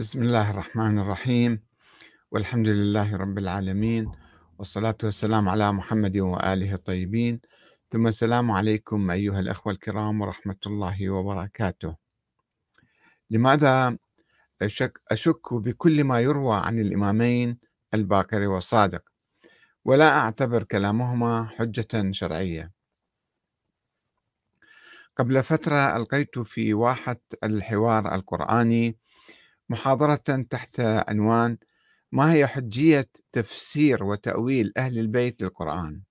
بسم الله الرحمن الرحيم، والحمد لله رب العالمين، والصلاة والسلام على محمد وآله الطيبين، ثم السلام عليكم أيها الأخوة الكرام ورحمة الله وبركاته. لماذا أشك بكل ما يروى عن الإمامين الباقر والصادق، ولا أعتبر كلامهما حجة شرعية؟ قبل فترة ألقيت في واحة الحوار القرآني محاضرة تحت عنوان: ما هي حجية تفسير وتأويل أهل البيت للقرآن؟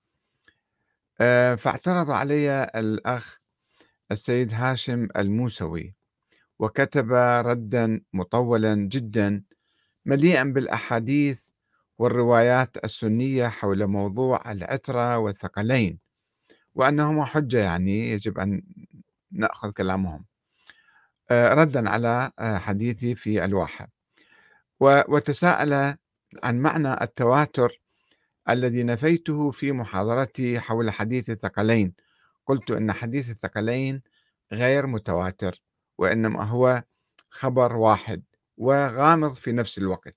فاعترض علي الأخ السيد هاشم الموسوي، وكتب ردا مطولا جدا مليئا بالأحاديث والروايات السنية حول موضوع العترة والثقلين، وأنهما حجة، يعني يجب أن نأخذ كلامهم، ردا على حديثي في الواحة. وتساءل عن معنى التواتر الذي نفيته في محاضرتي حول حديث الثقلين. قلت إن حديث الثقلين غير متواتر، وإنما هو خبر واحد وغامض في نفس الوقت.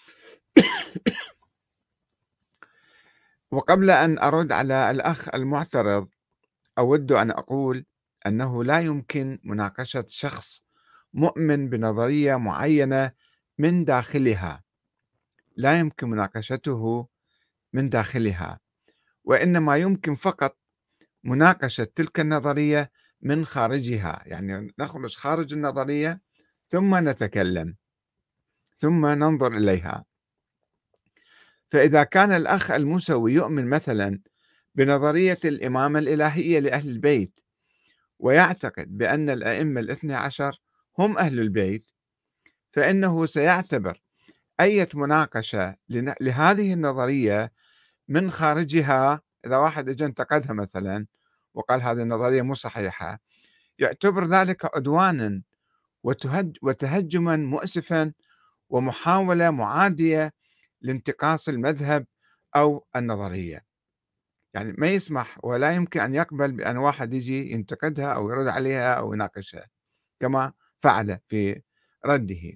وقبل أن أرد على الأخ المعترض، أود أن أقول أنه لا يمكن مناقشة شخص مؤمن بنظرية معينة من داخلها، لا يمكن مناقشته من داخلها، وإنما يمكن فقط مناقشة تلك النظرية من خارجها، يعني نخرج خارج النظرية ثم نتكلم، ثم ننظر إليها. فإذا كان الأخ الموسوي يؤمن مثلا بنظرية الإمامة الإلهية لأهل البيت، ويعتقد بأن الأئمة الاثني عشر هم أهل البيت، فإنه سيعتبر أي مناقشة لهذه النظرية من خارجها، إذا واحد اجى انتقدها مثلا وقال هذه النظرية مو صحيحة، يعتبر ذلك عدوانا وتهجما مؤسفا ومحاولة معادية لانتقاص المذهب أو النظرية. يعني ما يسمح ولا يمكن أن يقبل بأن واحد يجي ينتقدها أو يرد عليها أو يناقشها كما فعل في رده.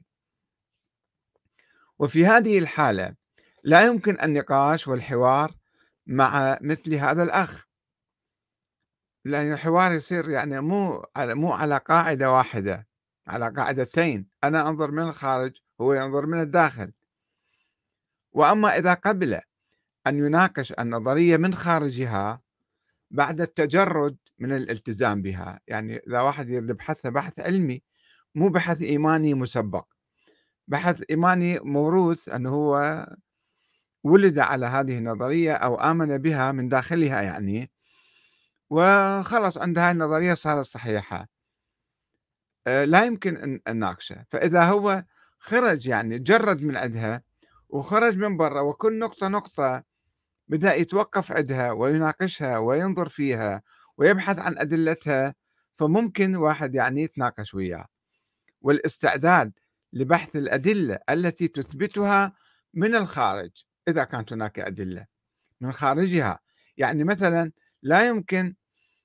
وفي هذه الحالة لا يمكن النقاش والحوار مع مثل هذا الأخ، لأن الحوار يصير يعني مو على قاعدة واحدة، على قاعدتين، أنا أنظر من الخارج هو ينظر من الداخل. وأما إذا قبل أن يناقش النظرية من خارجها بعد التجرد من الالتزام بها، يعني إذا واحد يريد بحثها بحث علمي، مو بحث إيماني مسبق، بحث إيماني موروث، أنه هو ولد على هذه النظرية أو آمن بها من داخلها يعني، وخلص عند هاي النظرية صارت صحيحة، لا يمكن أن نناقشه. فإذا هو خرج، يعني جرد من عندها وخرج من برا، وكل نقطة نقطة بدأ يتوقف عندها ويناقشها وينظر فيها ويبحث عن أدلتها، فممكن واحد يعني يتناقش وياه. والاستعداد لبحث الأدلة التي تثبتها من الخارج، إذا كانت هناك أدلة من خارجها، يعني مثلا لا يمكن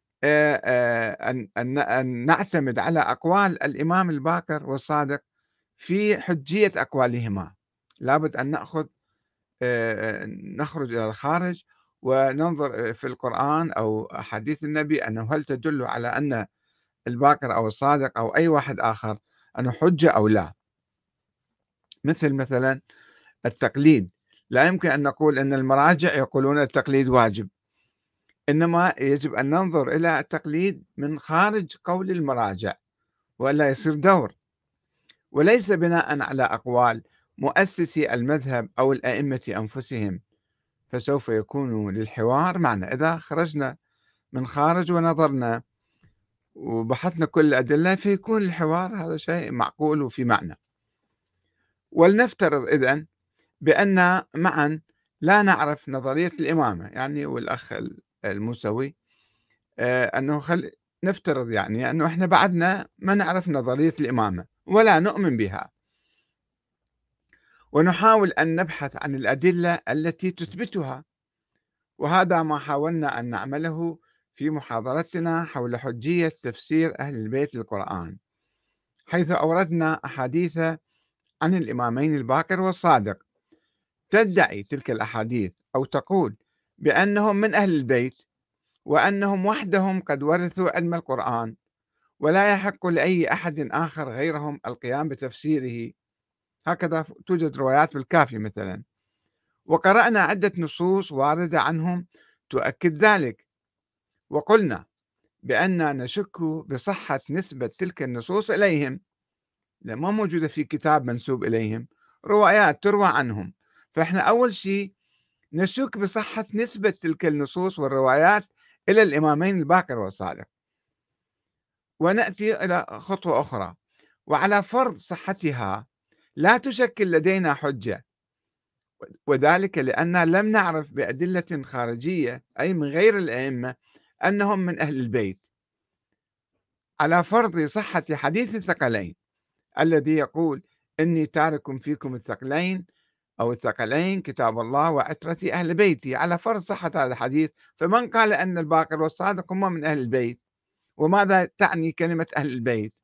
أن نعتمد على أقوال الإمام الباقر والصادق في حجية أقوالهما، لابد أن نخرج إلى الخارج وننظر في القرآن أو أحاديث النبي أنه هل تدل على أن الباقر أو الصادق أو أي واحد آخر أنه حجة أو لا. مثلا التقليد، لا يمكن أن نقول أن المراجع يقولون التقليد واجب، إنما يجب أن ننظر إلى التقليد من خارج قول المراجع، وإلا يصير دور، وليس بناء على أقوال مؤسسي المذهب أو الأئمة أنفسهم، فسوف يكون للحوار معنى إذا خرجنا من خارج ونظرنا وبحثنا كل الأدلة، فيكون الحوار هذا شيء معقول وفي معنى. ولنفترض إذن بأن معا لا نعرف نظرية الإمامة، يعني والأخ الموسوي أنه نفترض يعني أنه إحنا بعدنا ما نعرف نظرية الإمامة ولا نؤمن بها، ونحاول أن نبحث عن الأدلة التي تثبتها. وهذا ما حاولنا أن نعمله في محاضرتنا حول حجية تفسير أهل البيت للقرآن، حيث أوردنا أحاديث عن الإمامين الباقر والصادق، تدعي تلك الأحاديث أو تقول بأنهم من أهل البيت، وأنهم وحدهم قد ورثوا علم القرآن، ولا يحق لأي أحد آخر غيرهم القيام بتفسيره. هكذا توجد روايات في الكافي مثلا، وقرأنا عدة نصوص واردة عنهم تؤكد ذلك، وقلنا بأننا نشك بصحة نسبة تلك النصوص إليهم، لأن ما موجودة في كتاب منسوب إليهم، روايات تروى عنهم. فإحنا أول شيء نشك بصحة نسبة تلك النصوص والروايات إلى الإمامين الباقر والصادق، ونأتي إلى خطوة أخرى، وعلى فرض صحتها لا تشكل لدينا حجة، وذلك لأننا لم نعرف بأدلة خارجية أي من غير الأئمة أنهم من أهل البيت. على فرض صحة حديث الثقلين الذي يقول إني تارك فيكم الثقلين أو الثقلين كتاب الله وعترتي أهل بيتي، على فرض صحة هذا الحديث، فمن قال أن الباقر والصادق هم من أهل البيت؟ وماذا تعني كلمة أهل البيت؟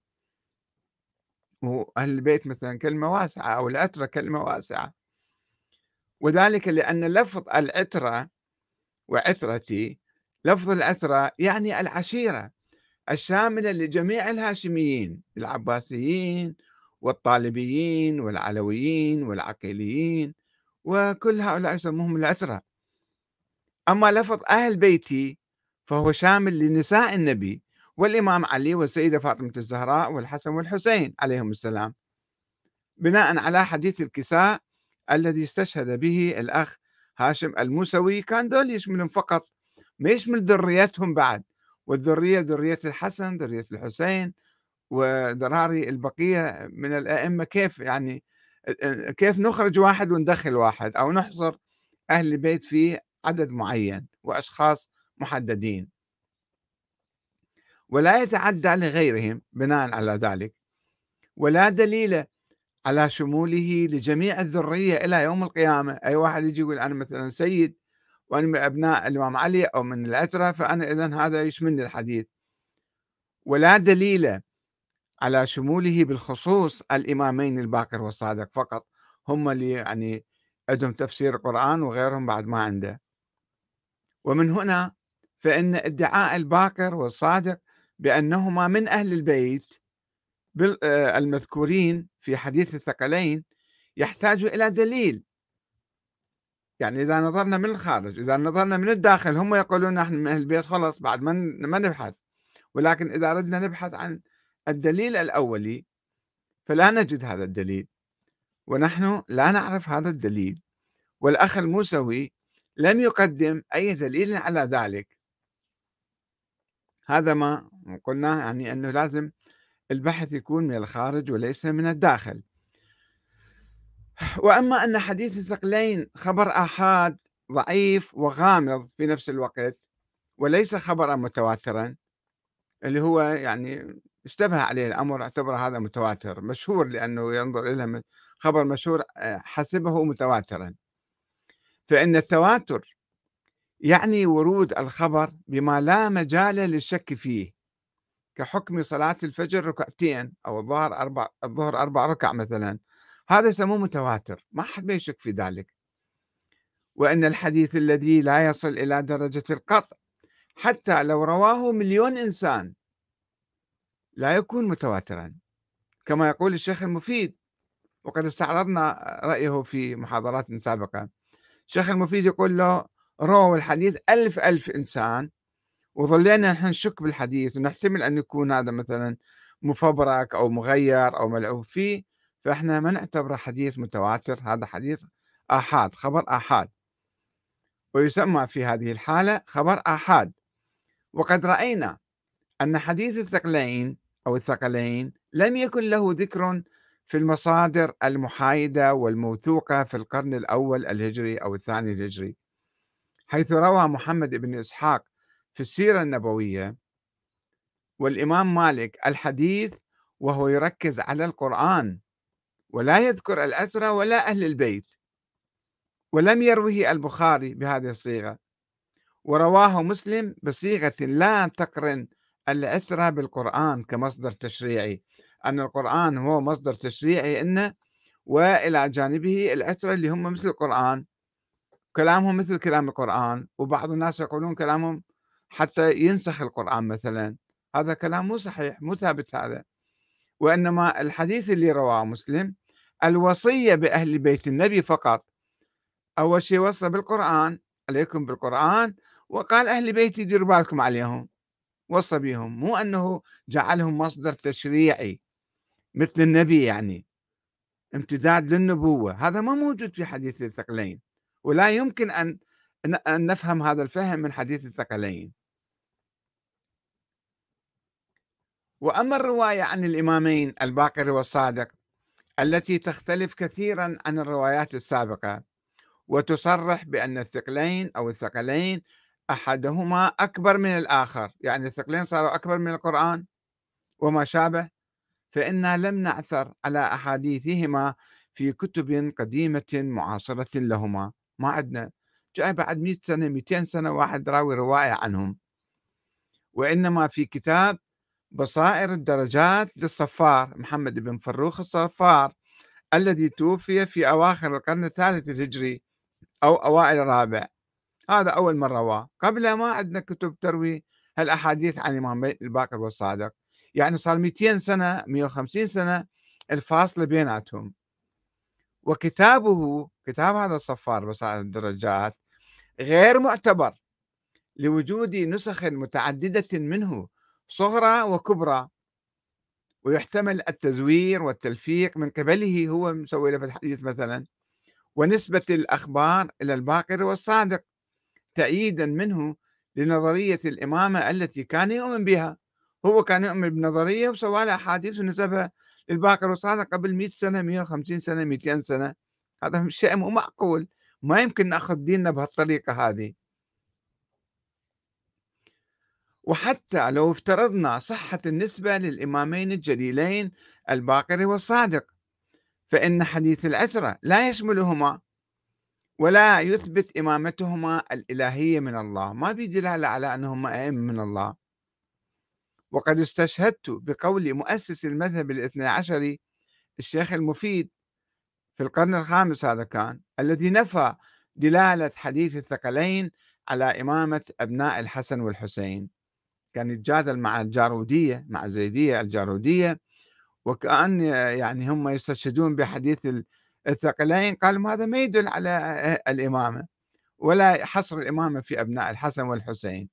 وأهل البيت مثلا كلمة واسعة، أو العترة كلمة واسعة، وذلك لأن لفظ العترة وعترتي، لفظ العترة يعني العشيرة الشاملة لجميع الهاشميين، العباسيين والطالبيين والعلويين والعقيليين، وكل هؤلاء يسموهم العترة. أما لفظ أهل بيتي فهو شامل لنساء النبي والإمام علي والسيدة فاطمة الزهراء والحسن والحسين عليهم السلام، بناء على حديث الكساء الذي استشهد به الأخ هاشم الموسوي. كان دول يشملهم فقط، ما يشمل ذريتهم بعد، والذرية ذرية الحسن، ذرية الحسين، وذراري البقية من الأئمة. كيف يعني، كيف نخرج واحد وندخل واحد، أو نحصر أهل البيت في عدد معين وأشخاص محددين، ولا يتعدى لغيرهم بناء على ذلك، ولا دليل على شموله لجميع الذرية إلى يوم القيامة. أي واحد يجي يقول أنا مثلا سيد وأنا من أبناء الإمام علي أو من العترة، فأنا إذن هذا يشملني الحديث. ولا دليل على شموله بالخصوص الإمامين الباقر والصادق فقط، هم اللي يعني عندهم تفسير القرآن وغيرهم بعد ما عنده. ومن هنا فإن ادعاء الباقر والصادق بأنهما من أهل البيت المذكورين في حديث الثقلين يحتاج إلى دليل. يعني إذا نظرنا من الخارج، إذا نظرنا من الداخل هم يقولون نحن من أهل البيت، خلاص بعد ما نبحث. ولكن إذا أردنا نبحث عن الدليل الأولي فلا نجد هذا الدليل، ونحن لا نعرف هذا الدليل، والأخ الموسوي لم يقدم أي دليل على ذلك. هذا ما قلناه، يعني أنه لازم البحث يكون من الخارج وليس من الداخل. وأما أن حديث الثقلين خبر آحاد ضعيف وغامض في نفس الوقت، وليس خبرا متواترا، اللي هو يعني اشتبه عليه الأمر، اعتبر هذا متواتر مشهور، لأنه ينظر إلى خبر مشهور حسبه متواترا. فإن التواتر يعني ورود الخبر بما لا مجال للشك فيه، كحكم صلاة الفجر ركعتين أو الظهر 4 ركع مثلا، هذا يسموه متواتر، ما حد يشك في ذلك. وأن الحديث الذي لا يصل إلى درجة القطع حتى لو رواه 1,000,000 إنسان لا يكون متواترا، كما يقول الشيخ المفيد، وقد استعرضنا رأيه في محاضرات سابقة. الشيخ المفيد يقول له رووا الحديث 1000 إنسان وظلينا نحن نشك بالحديث ونحتمل أن يكون هذا مثلا مفبرك أو مغير أو ملعوب فيه، فإحنا ما نعتبره حديث متواتر، هذا حديث آحاد، خبر آحاد، ويسمى في هذه الحالة خبر آحاد. وقد رأينا أن حديث الثقلين أو الثقلين لم يكن له ذكر في المصادر المحايدة والموثوقة في القرن الأول الهجري أو الثاني الهجري، حيث روى محمد بن إسحاق في السيرة النبوية والإمام مالك الحديث وهو يركز على القرآن ولا يذكر العترة ولا أهل البيت. ولم يروه البخاري بهذه الصيغة، ورواه مسلم بصيغة لا تقرن العترة بالقرآن كمصدر تشريعي، أن القرآن هو مصدر تشريعي إنه، وإلى جانبه العترة اللي هم مثل القرآن، كلامهم مثل كلام القرآن، وبعض الناس يقولون كلامهم حتى ينسخ القرآن مثلا. هذا كلام مو صحيح، مو ثابت هذا. وإنما الحديث اللي رواه مسلم الوصية بأهل بيت النبي فقط. أول شيء وصى بالقرآن، عليكم بالقرآن، وقال أهل بيتي ديروا بالكم عليهم، وصى بهم، مو أنه جعلهم مصدر تشريعي مثل النبي، يعني امتداد للنبوة. هذا ما موجود في حديث الثقلين، ولا يمكن أن نفهم هذا الفهم من حديث الثقلين. وأما الرواية عن الإمامين الباقر والصادق التي تختلف كثيرا عن الروايات السابقة، وتصرح بأن الثقلين أو الثقلين أحدهما أكبر من الآخر، يعني الثقلين صاروا أكبر من القرآن وما شابه، فإنا لم نعثر على أحاديثهما في كتب قديمة معاصرة لهما. ما عندنا، جاء بعد 100 سنة 200 سنة واحد راوي رواية عنهم، وإنما في كتاب بصائر الدرجات للصفار محمد بن فروخ الصفار، الذي توفي في أواخر القرن الثالث الهجري أو أوائل الرابع. هذا أول من رواه، قبل ما عندنا كتب تروي هالأحاديث عن الإمام الباقر والصادق. يعني صار 200 سنة 150 سنة الفاصلة بيناتهم. وكتابه، كتاب هذا الصفار بصائر الدرجات، غير معتبر لوجود نسخ متعددة منه صغرى وكبرى، ويحتمل التزوير والتلفيق من قبله، هو مسوي له في الحديث مثلا، ونسبة الأخبار إلى الباقر والصادق تأييدا منه لنظرية الإمامة التي كان يؤمن بها. هو كان يؤمن بنظرية وسوى لها أحاديث ونسبها للباقر والصادق قبل 100 سنة 150 سنة 200 سنة. هذا شيء مو معقول، ما يمكن نأخذ ديننا بهالطريقة هذه. وحتى لو افترضنا صحة النسبة للإمامين الجليلين الباقر والصادق، فإن حديث العترة لا يشملهما ولا يثبت إمامتهما الإلهية من الله، ما في دلالة على أنهما أئمة من الله. وقد استشهدت بقول مؤسس المذهب الاثني عشري الشيخ المفيد في القرن الخامس، هذا كان الذي نفى دلالة حديث الثقلين على إمامة أبناء الحسن والحسين. كان يتجادل مع الجارودية، مع الزيدية الجارودية، وكأن يعني هم يستشهدون بحديث الثقلين، قالوا هذا ما يدل على الإمامة ولا حصر الإمامة في أبناء الحسن والحسين.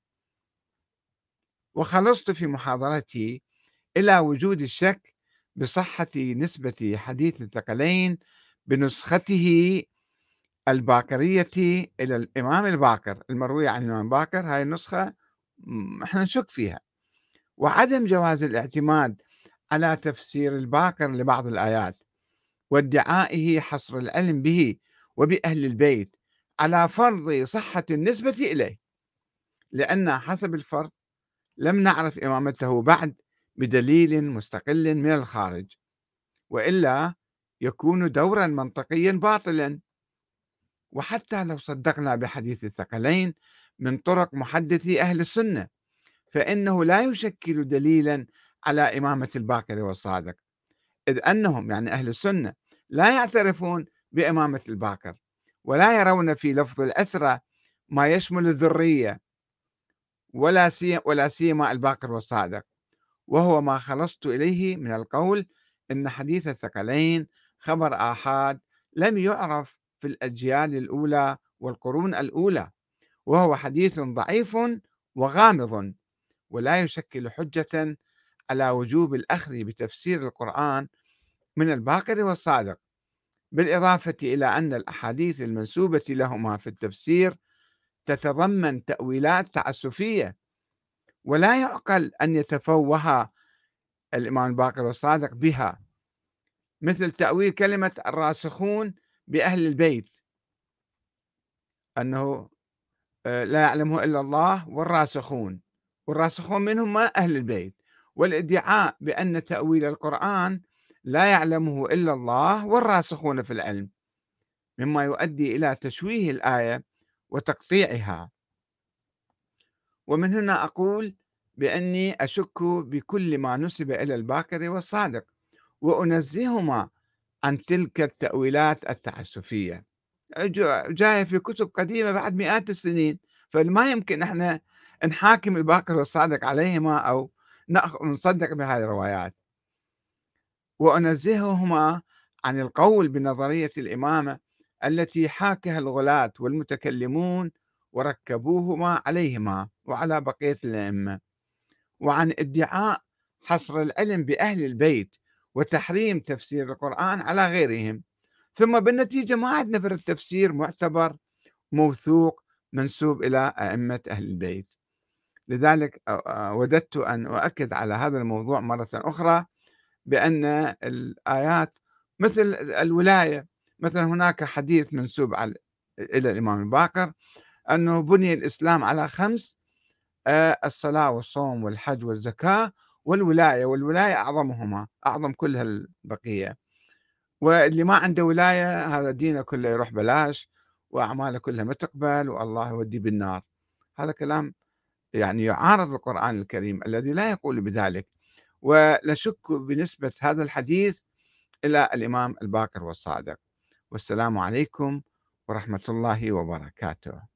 وخلصت في محاضرتي إلى وجود الشك بصحة نسبة حديث الثقلين بنسخته الباقرية إلى الإمام الباقر المروية عن الإمام الباقر. هاي النسخة احنا نشك فيها، وعدم جواز الاعتماد على تفسير الباقر لبعض الآيات وادعائه حصر العلم به وبأهل البيت على فرض صحة النسبة إليه، لأن حسب الفرض لم نعرف إمامته بعد بدليل مستقل من الخارج، وإلا يكون دورا منطقيا باطلا. وحتى لو صدقنا بحديث الثقلين من طرق محدثي أهل السنة، فإنه لا يشكل دليلا على إمامة الباقر والصادق، إذ أنهم يعني أهل السنة لا يعترفون بإمامة الباقر، ولا يرون في لفظ الأسرة ما يشمل الذرية ولا سيما الباقر والصادق، وهو ما خلصت إليه من القول إن حديث الثقلين خبر آحاد لم يعرف في الأجيال الأولى والقرون الأولى، وهو حديث ضعيف وغامض، ولا يشكل حجة على وجوب الأخذ بتفسير القرآن من الباقر والصادق، بالإضافة إلى أن الأحاديث المنسوبة لهما في التفسير تتضمن تأويلات تعسفية، ولا يعقل أن يتفوه الإمام الباقر والصادق بها، مثل تأويل كلمة الراسخون بأهل البيت، أنه لا يعلمه إلا الله والراسخون، والراسخون منهم ما أهل البيت، والادعاء بأن تأويل القرآن لا يعلمه إلا الله والراسخون في العلم، مما يؤدي إلى تشويه الآية وتقطيعها. ومن هنا أقول بأني أشك بكل ما نسب إلى الباقر والصادق، وأنزههما عن تلك التأويلات التعسفية، جاية في كتب قديمة بعد مئات السنين، فما يمكن إحنا نحاكم الباقر والصادق عليهما أو نصدق بهذه الروايات، وأنزههما عن القول بنظرية الإمامة التي حاكها الغلاة والمتكلمون وركبوهما عليهما وعلى بقية الأئمة، وعن ادعاء حصر العلم بأهل البيت وتحريم تفسير القرآن على غيرهم، ثم بالنتيجة ما عندنا فرد تفسير معتبر موثوق منسوب إلى أئمة أهل البيت. لذلك وددت أن أؤكد على هذا الموضوع مرة أخرى، بأن الآيات مثل الولاية، مثلا هناك حديث منسوب إلى الإمام الباقر أنه بني الإسلام على 5: الصلاة والصوم والحج والزكاة والولاية، والولاية أعظمهما، أعظم كل هالبقية، واللي ما عنده ولاية هذا دينه كله يروح بلاش وأعماله كلها ما تقبل والله يوديه بالنار. هذا كلام يعني يعارض القرآن الكريم الذي لا يقول بذلك، ونشك بنسبة هذا الحديث إلى الإمام الباقر والصادق. والسلام عليكم ورحمة الله وبركاته.